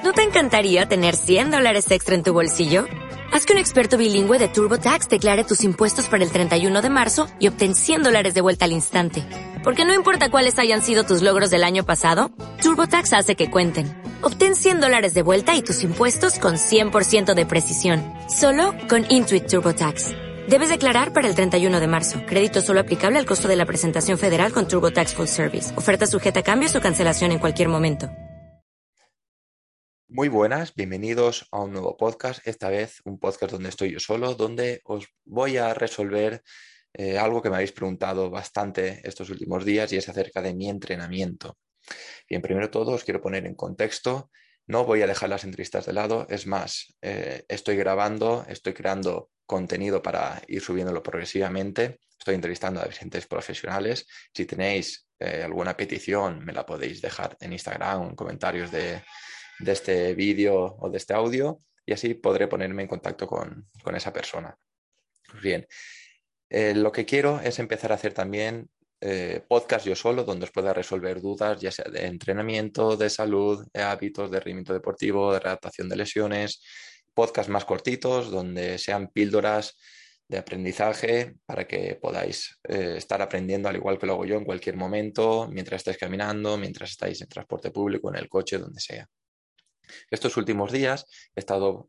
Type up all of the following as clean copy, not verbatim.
¿No te encantaría tener $100 extra en tu bolsillo? Haz que un experto bilingüe de TurboTax declare tus impuestos para el 31 de marzo y obtén $100 de vuelta al instante. Porque no importa cuáles hayan sido tus logros del año pasado, TurboTax hace que cuenten. Obtén $100 de vuelta y tus impuestos con 100% de precisión. Solo con Intuit TurboTax. Debes declarar para el 31 de marzo. Crédito solo aplicable al costo de la presentación federal con TurboTax Full Service. Oferta sujeta a cambios o cancelación en cualquier momento. Muy buenas, bienvenidos a un nuevo podcast, esta vez un podcast donde estoy yo solo, donde os voy a resolver algo que me habéis preguntado bastante estos últimos días y es acerca de mi entrenamiento. Bien, primero de todo os quiero poner en contexto, no voy a dejar las entrevistas de lado, es más, estoy grabando, estoy creando contenido para ir subiéndolo progresivamente, estoy entrevistando a diferentes profesionales, si tenéis alguna petición me la podéis dejar en Instagram o en comentarios de este vídeo o de este audio y así podré ponerme en contacto con esa persona. Pues bien, lo que quiero es empezar a hacer también podcast yo solo donde os pueda resolver dudas ya sea de entrenamiento, de salud, de hábitos, de rendimiento deportivo, de readaptación de lesiones, podcast más cortitos donde sean píldoras de aprendizaje para que podáis estar aprendiendo al igual que lo hago yo en cualquier momento, mientras estáis caminando, mientras estáis en transporte público, en el coche, donde sea. Estos últimos días he estado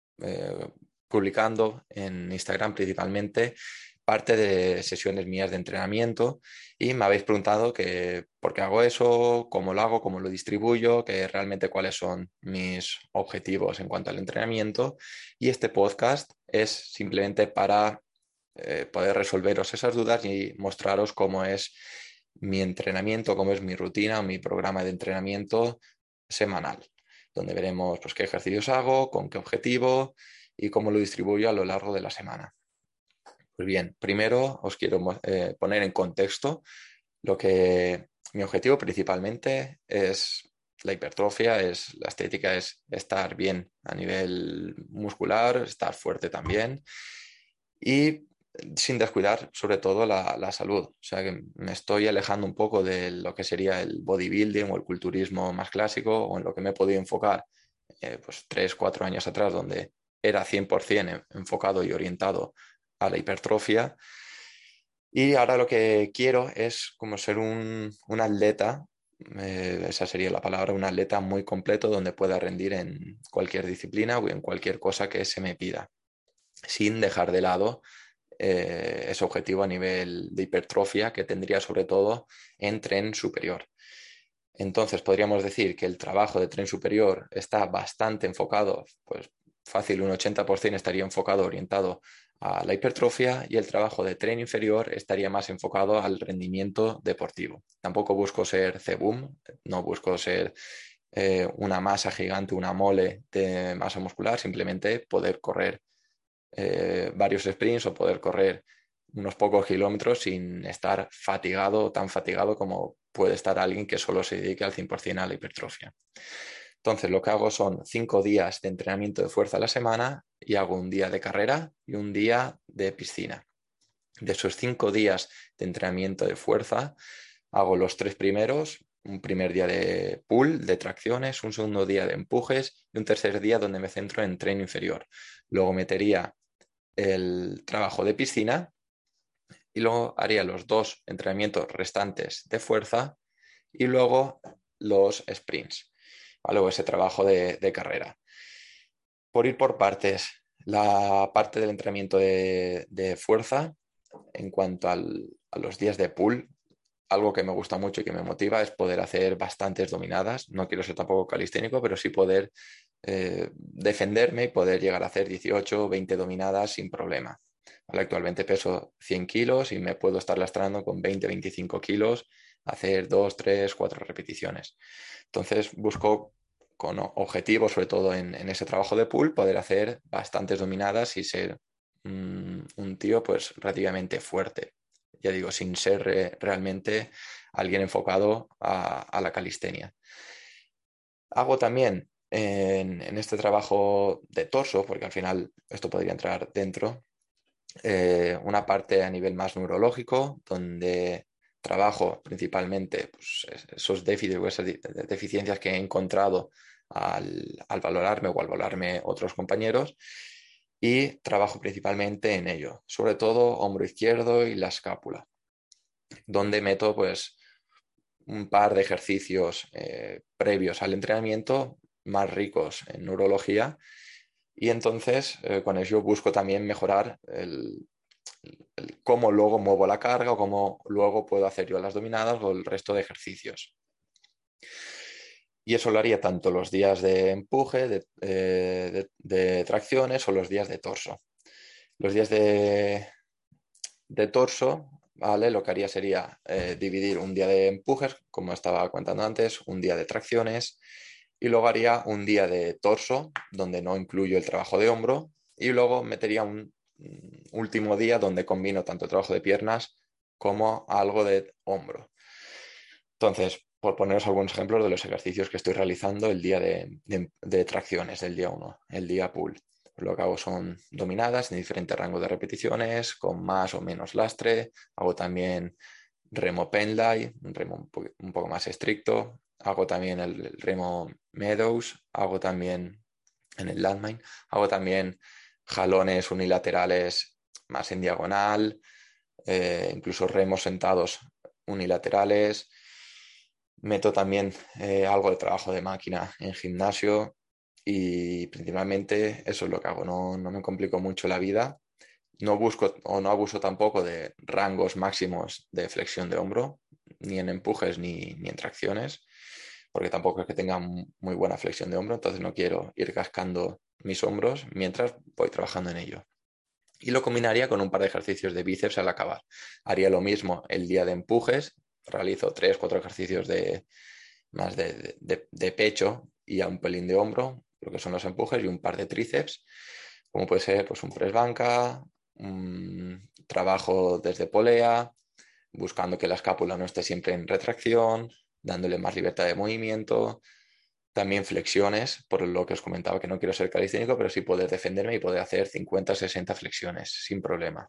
publicando en Instagram principalmente parte de sesiones mías de entrenamiento y me habéis preguntado que por qué hago eso, cómo lo hago, cómo lo distribuyo, que realmente cuáles son mis objetivos en cuanto al entrenamiento y este podcast es simplemente para poder resolveros esas dudas y mostraros cómo es mi entrenamiento, cómo es mi rutina o mi programa de entrenamiento semanal, donde veremos pues, qué ejercicios hago, con qué objetivo y cómo lo distribuyo a lo largo de la semana. Pues bien, primero os quiero poner en contexto lo que mi objetivo principalmente es la hipertrofia, es la estética, es estar bien a nivel muscular, estar fuerte también y sin descuidar sobre todo la salud. O sea que me estoy alejando un poco de lo que sería el bodybuilding o el culturismo más clásico o en lo que me he podido enfocar pues 3-4 años atrás donde era 100% enfocado y orientado a la hipertrofia. Y ahora lo que quiero es como ser un atleta, esa sería la palabra, un atleta muy completo donde pueda rendir en cualquier disciplina o en cualquier cosa que se me pida, sin dejar de lado ese objetivo a nivel de hipertrofia que tendría sobre todo en tren superior. Entonces podríamos decir que el trabajo de tren superior está bastante enfocado, pues fácil, un 80% estaría enfocado, orientado a la hipertrofia y el trabajo de tren inferior estaría más enfocado al rendimiento deportivo. Tampoco busco ser CBUM, no busco ser una masa gigante, una mole de masa muscular, simplemente poder correr varios sprints o poder correr unos pocos kilómetros sin estar fatigado o tan fatigado como puede estar alguien que solo se dedique al 100% a la hipertrofia. Entonces lo que hago son 5 días de entrenamiento de fuerza a la semana y hago un día de carrera y un día de piscina. De esos 5 días de entrenamiento de fuerza hago los 3 primeros, un primer día de pull, de tracciones, un segundo día de empujes y un tercer día donde me centro en tren inferior. Luego metería el trabajo de piscina y luego haría los 2 entrenamientos restantes de fuerza y luego los sprints, ¿vale? O ese trabajo de carrera. Por ir por partes, la parte del entrenamiento de fuerza en cuanto a los días de pull, algo que me gusta mucho y que me motiva es poder hacer bastantes dominadas. No quiero ser tampoco calisténico, pero sí poder defenderme y poder llegar a hacer 18 o 20 dominadas sin problema. ¿Vale? Actualmente peso 100 kilos y me puedo estar lastrando con 20-25 kilos, hacer 2, 3, 4 repeticiones. Entonces busco con objetivo, sobre todo en ese trabajo de pull, poder hacer bastantes dominadas y ser un tío pues relativamente fuerte. Ya digo, sin ser realmente alguien enfocado a la calistenia. Hago también en este trabajo de torso, porque al final esto podría entrar dentro, una parte a nivel más neurológico, donde trabajo principalmente pues, esos déficits o esas deficiencias que he encontrado al valorarme o al valorarme otros compañeros, y trabajo principalmente en ello, sobre todo hombro izquierdo y la escápula, donde meto pues un par de ejercicios previos al entrenamiento más ricos en neurología, y entonces con ello busco también mejorar el cómo luego muevo la carga o cómo luego puedo hacer yo las dominadas o el resto de ejercicios. Y eso lo haría tanto los días de empuje, de tracciones, o los días de torso. Los días de torso, ¿vale? Lo que haría sería dividir un día de empujes, como estaba contando antes, un día de tracciones, y luego haría un día de torso, donde no incluyo el trabajo de hombro, y luego metería un último día donde combino tanto el trabajo de piernas como algo de hombro. Entonces, por poneros algunos ejemplos de los ejercicios que estoy realizando el día de tracciones del día 1, el día pull. Lo que hago son dominadas en diferentes rangos de repeticiones, con más o menos lastre. Hago también remo pendlay, un remo un poco más estricto. Hago también el remo meadows. Hago también en el landmine. Hago también jalones unilaterales más en diagonal, incluso remos sentados unilaterales. Meto también algo de trabajo de máquina en gimnasio, y principalmente eso es lo que hago. No me complico mucho la vida. No busco o no abuso tampoco de rangos máximos de flexión de hombro, ni en empujes ni en tracciones, porque tampoco es que tenga muy buena flexión de hombro, entonces no quiero ir cascando mis hombros mientras voy trabajando en ello. Y lo combinaría con un par de ejercicios de bíceps al acabar. Haría lo mismo el día de empujes, realizo 3, 4 ejercicios más de pecho y a un pelín de hombro, lo que son los empujes, y un par de tríceps, como puede ser pues un press banca, un trabajo desde polea, buscando que la escápula no esté siempre en retracción, dándole más libertad de movimiento. También flexiones, por lo que os comentaba, que no quiero ser calisténico, pero sí poder defenderme y poder hacer 50, 60 flexiones sin problema.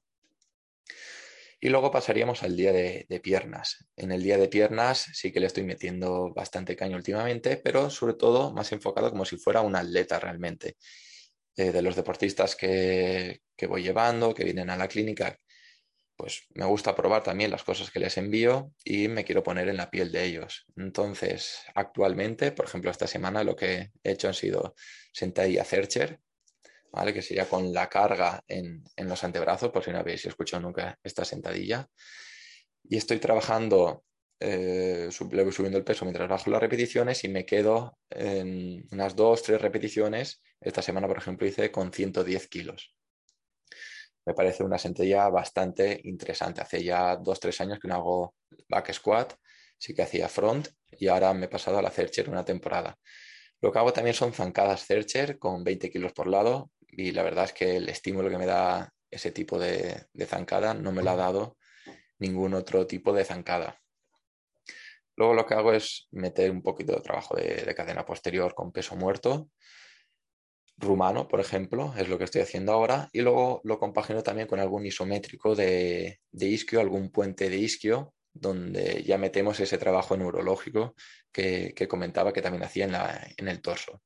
Y luego pasaríamos al día de piernas. En el día de piernas sí que le estoy metiendo bastante caño últimamente, pero sobre todo más enfocado como si fuera un atleta realmente. De los deportistas que voy llevando, que vienen a la clínica, pues me gusta probar también las cosas que les envío y me quiero poner en la piel de ellos. Entonces, actualmente, por ejemplo, esta semana lo que he hecho han sido sentadilla Zercher, ¿vale? Que sería con la carga en los antebrazos, por si no habéis escuchado nunca esta sentadilla. Y estoy trabajando, le voy subiendo el peso mientras bajo las repeticiones, y me quedo en unas 2, 3 repeticiones. Esta semana, por ejemplo, hice con 110 kilos. Me parece una sentadilla bastante interesante. Hace ya 2, 3 años que no hago back squat, sí que hacía front, y ahora me he pasado a la Zercher una temporada. Lo que hago también son zancadas Zercher con 20 kilos por lado, y la verdad es que el estímulo que me da ese tipo de zancada no me lo ha dado ningún otro tipo de zancada. Luego lo que hago es meter un poquito de trabajo de cadena posterior con peso muerto, rumano, por ejemplo, es lo que estoy haciendo ahora, y luego lo compagino también con algún isométrico de isquio, algún puente de isquio, donde ya metemos ese trabajo neurológico que comentaba que también hacía en el torso.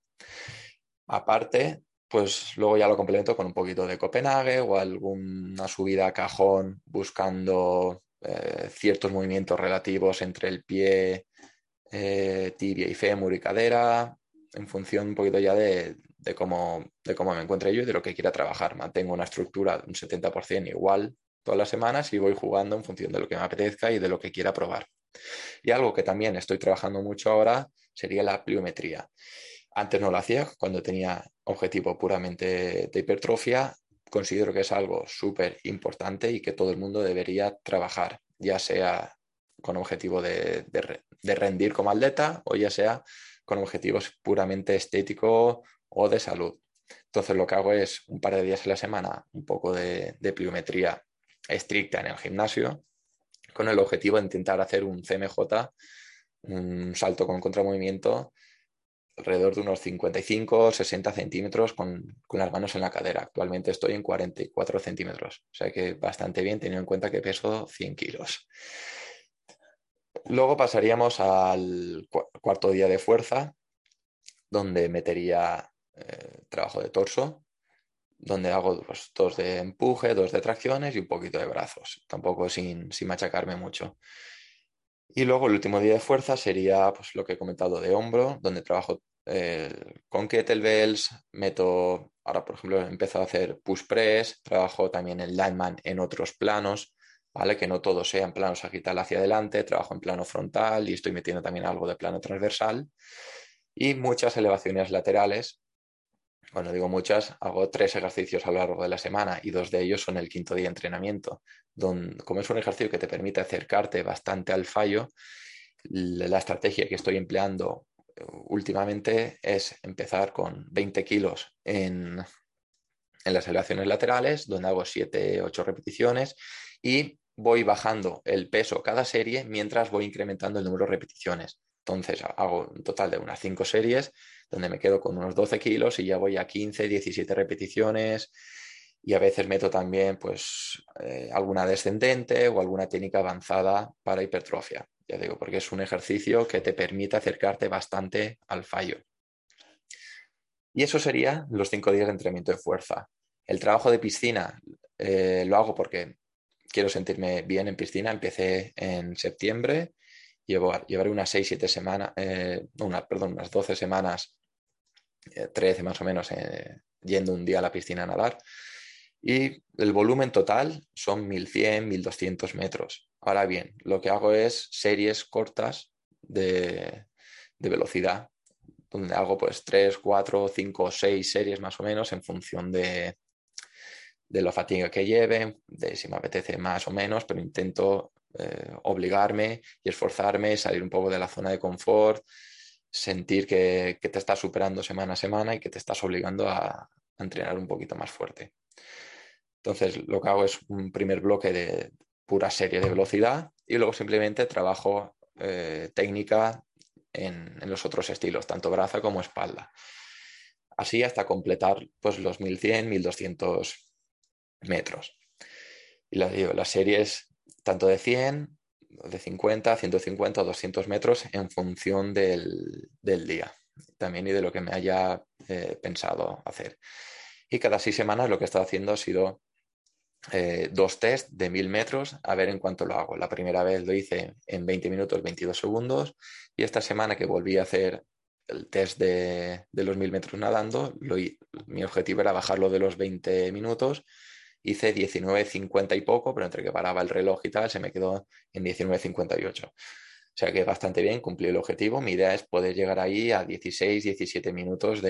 Aparte, pues luego ya lo complemento con un poquito de Copenhague o alguna subida a cajón buscando ciertos movimientos relativos entre el pie, tibia y fémur y cadera, en función un poquito ya de cómo me encuentre yo y de lo que quiera trabajar. Mantengo una estructura de un 70% igual todas las semanas y voy jugando en función de lo que me apetezca y de lo que quiera probar. Y algo que también estoy trabajando mucho ahora sería la pliometría. Antes no lo hacía, cuando tenía objetivo puramente de hipertrofia. Considero que es algo súper importante y que todo el mundo debería trabajar, ya sea con objetivo de rendir como atleta, o ya sea con objetivos puramente estéticos o de salud. Entonces lo que hago es un par de días a la semana un poco de pliometría estricta en el gimnasio, con el objetivo de intentar hacer un CMJ, un salto con contramovimiento, alrededor de unos 55, 60 centímetros con las manos en la cadera. Actualmente estoy en 44 centímetros, o sea que bastante bien, teniendo en cuenta que peso 100 kilos. Luego pasaríamos al cuarto día de fuerza, donde metería trabajo de torso, donde hago pues, 2 de empuje, 2 de tracciones y un poquito de brazos, tampoco sin machacarme mucho. Y luego el último día de fuerza sería pues, lo que he comentado de hombro, donde trabajo con kettlebells, meto, ahora por ejemplo he empezado a hacer push press, trabajo también en lineman en otros planos, ¿vale? Que no todo sea en plano sagital hacia adelante, trabajo en plano frontal y estoy metiendo también algo de plano transversal y muchas elevaciones laterales. Cuando digo muchas, hago 3 ejercicios a lo largo de la semana y 2 de ellos son el quinto día de entrenamiento. Como es un ejercicio que te permite acercarte bastante al fallo, la estrategia que estoy empleando últimamente es empezar con 20 kilos en las elevaciones laterales, donde hago 7-8 repeticiones y voy bajando el peso cada serie mientras voy incrementando el número de repeticiones. Entonces hago un total de unas 5 series donde me quedo con unos 12 kilos y ya voy a 15, 17 repeticiones y a veces meto también pues alguna descendente o alguna técnica avanzada para hipertrofia. Ya digo, porque es un ejercicio que te permite acercarte bastante al fallo. Y eso sería los 5 días de entrenamiento de fuerza. El trabajo de piscina lo hago porque quiero sentirme bien en piscina. Empecé en septiembre, llevaré unas 6-7 semanas, unas 12 semanas, 13 más o menos, yendo un día a la piscina a nadar. Y el volumen total son 1100, 1200 metros. Ahora bien, lo que hago es series cortas de velocidad donde hago pues 3, 4, 5, 6 series más o menos en función de la fatiga que lleve, de si me apetece más o menos, pero intento obligarme y esforzarme, salir un poco de la zona de confort, sentir que te estás superando semana a semana y que te estás obligando a entrenar un poquito más fuerte. Entonces, lo que hago es un primer bloque de pura serie de velocidad y luego simplemente trabajo técnica en los otros estilos, tanto braza como espalda. Así hasta completar pues, los 1100, 1200 metros. Y las series tanto de 100, de 50, 150 o 200 metros en función del día también y de lo que me haya pensado hacer. Y cada 6 semanas lo que he estado haciendo ha sido 2 test de 1000 metros a ver en cuánto lo hago. La primera vez lo hice en 20 minutos, 22 segundos y esta semana que volví a hacer el test de los 1000 metros nadando, mi objetivo era bajarlo de los 20 minutos. Hice 19.50 y poco, pero entre que paraba el reloj y tal, se me quedó en 19.58. O sea que bastante bien, cumplí el objetivo. Mi idea es poder llegar ahí a 16, 17 minutos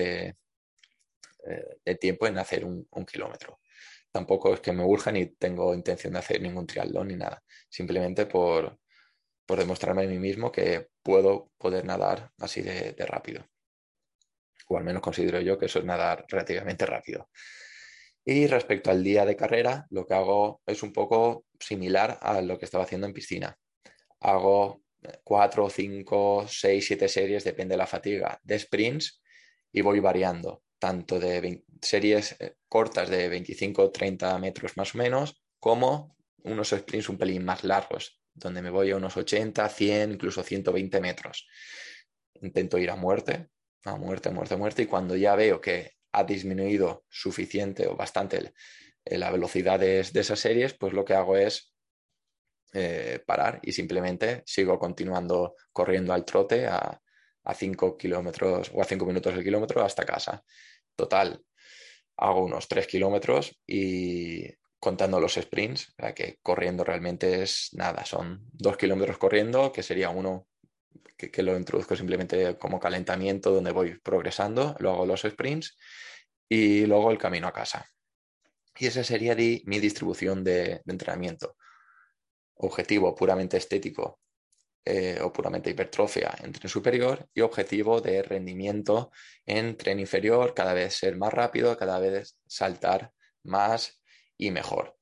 de tiempo en hacer un kilómetro. Tampoco es que me urja ni tengo intención de hacer ningún triatlón ni nada. Simplemente por demostrarme a mí mismo que puedo poder nadar así de rápido. O al menos considero yo que eso es nadar relativamente rápido. Y respecto al día de carrera, lo que hago es un poco similar a lo que estaba haciendo en piscina. Hago 4, 5, 6, 7 series, depende de la fatiga, de sprints y voy variando, tanto de series cortas de 25 o 30 metros más o menos, como unos sprints un pelín más largos, donde me voy a unos 80, 100, incluso 120 metros. Intento ir a muerte, a muerte, y cuando ya veo que ha disminuido suficiente o bastante la velocidad de esas series, pues lo que hago es parar y simplemente sigo continuando corriendo al trote a 5 kilómetros o a 5 minutos el kilómetro hasta casa. Total, hago unos 3 kilómetros y contando los sprints, o sea que corriendo realmente es nada, son 2 kilómetros corriendo, que sería uno que lo introduzco simplemente como calentamiento donde voy progresando, luego los sprints y luego el camino a casa. Y esa sería mi distribución de entrenamiento. Objetivo puramente estético o puramente hipertrofia en tren superior y objetivo de rendimiento en tren inferior, cada vez ser más rápido, cada vez saltar más y mejor.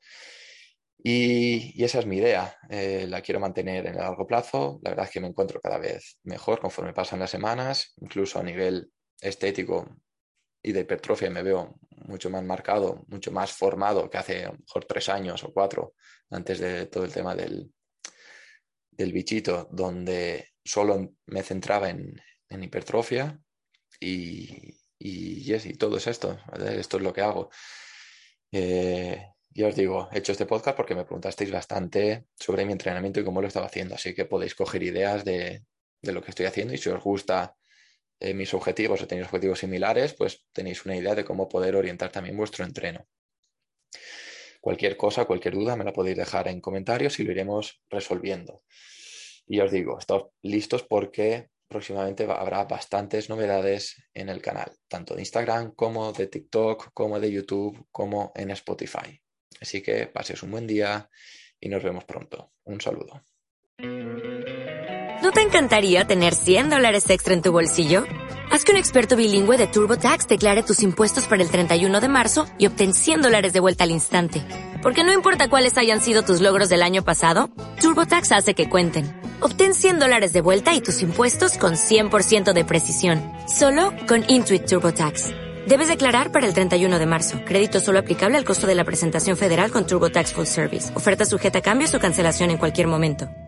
Y esa es mi idea, la quiero mantener en el largo plazo, la verdad es que me encuentro cada vez mejor conforme pasan las semanas, incluso a nivel estético y de hipertrofia me veo mucho más marcado, mucho más formado que hace a lo mejor 3 años o 4 antes de todo el tema del bichito, donde solo me centraba en hipertrofia y todo es esto. ¿Vale? Esto es lo que hago. Ya os digo, he hecho este podcast porque me preguntasteis bastante sobre mi entrenamiento y cómo lo estaba haciendo, así que podéis coger ideas de lo que estoy haciendo, y si os gusta mis objetivos o tenéis objetivos similares, pues tenéis una idea de cómo poder orientar también vuestro entreno. Cualquier cosa, cualquier duda me la podéis dejar en comentarios y lo iremos resolviendo. Y ya os digo, estáis listos porque próximamente habrá bastantes novedades en el canal, tanto de Instagram como de TikTok, como de YouTube, como en Spotify. Así que paséis un buen día y nos vemos pronto. Un saludo. ¿No te encantaría tener $100 extra en tu bolsillo? Haz que un experto bilingüe de TurboTax declare tus impuestos para el 31 de marzo y obtén $100 de vuelta al instante. Porque no importa cuáles hayan sido tus logros del año pasado, TurboTax hace que cuenten. Obtén $100 de vuelta y tus impuestos con 100% de precisión. Solo con Intuit TurboTax. Debes declarar para el 31 de marzo. Crédito solo aplicable al costo de la presentación federal con TurboTax Full Service. Oferta sujeta a cambios o cancelación en cualquier momento.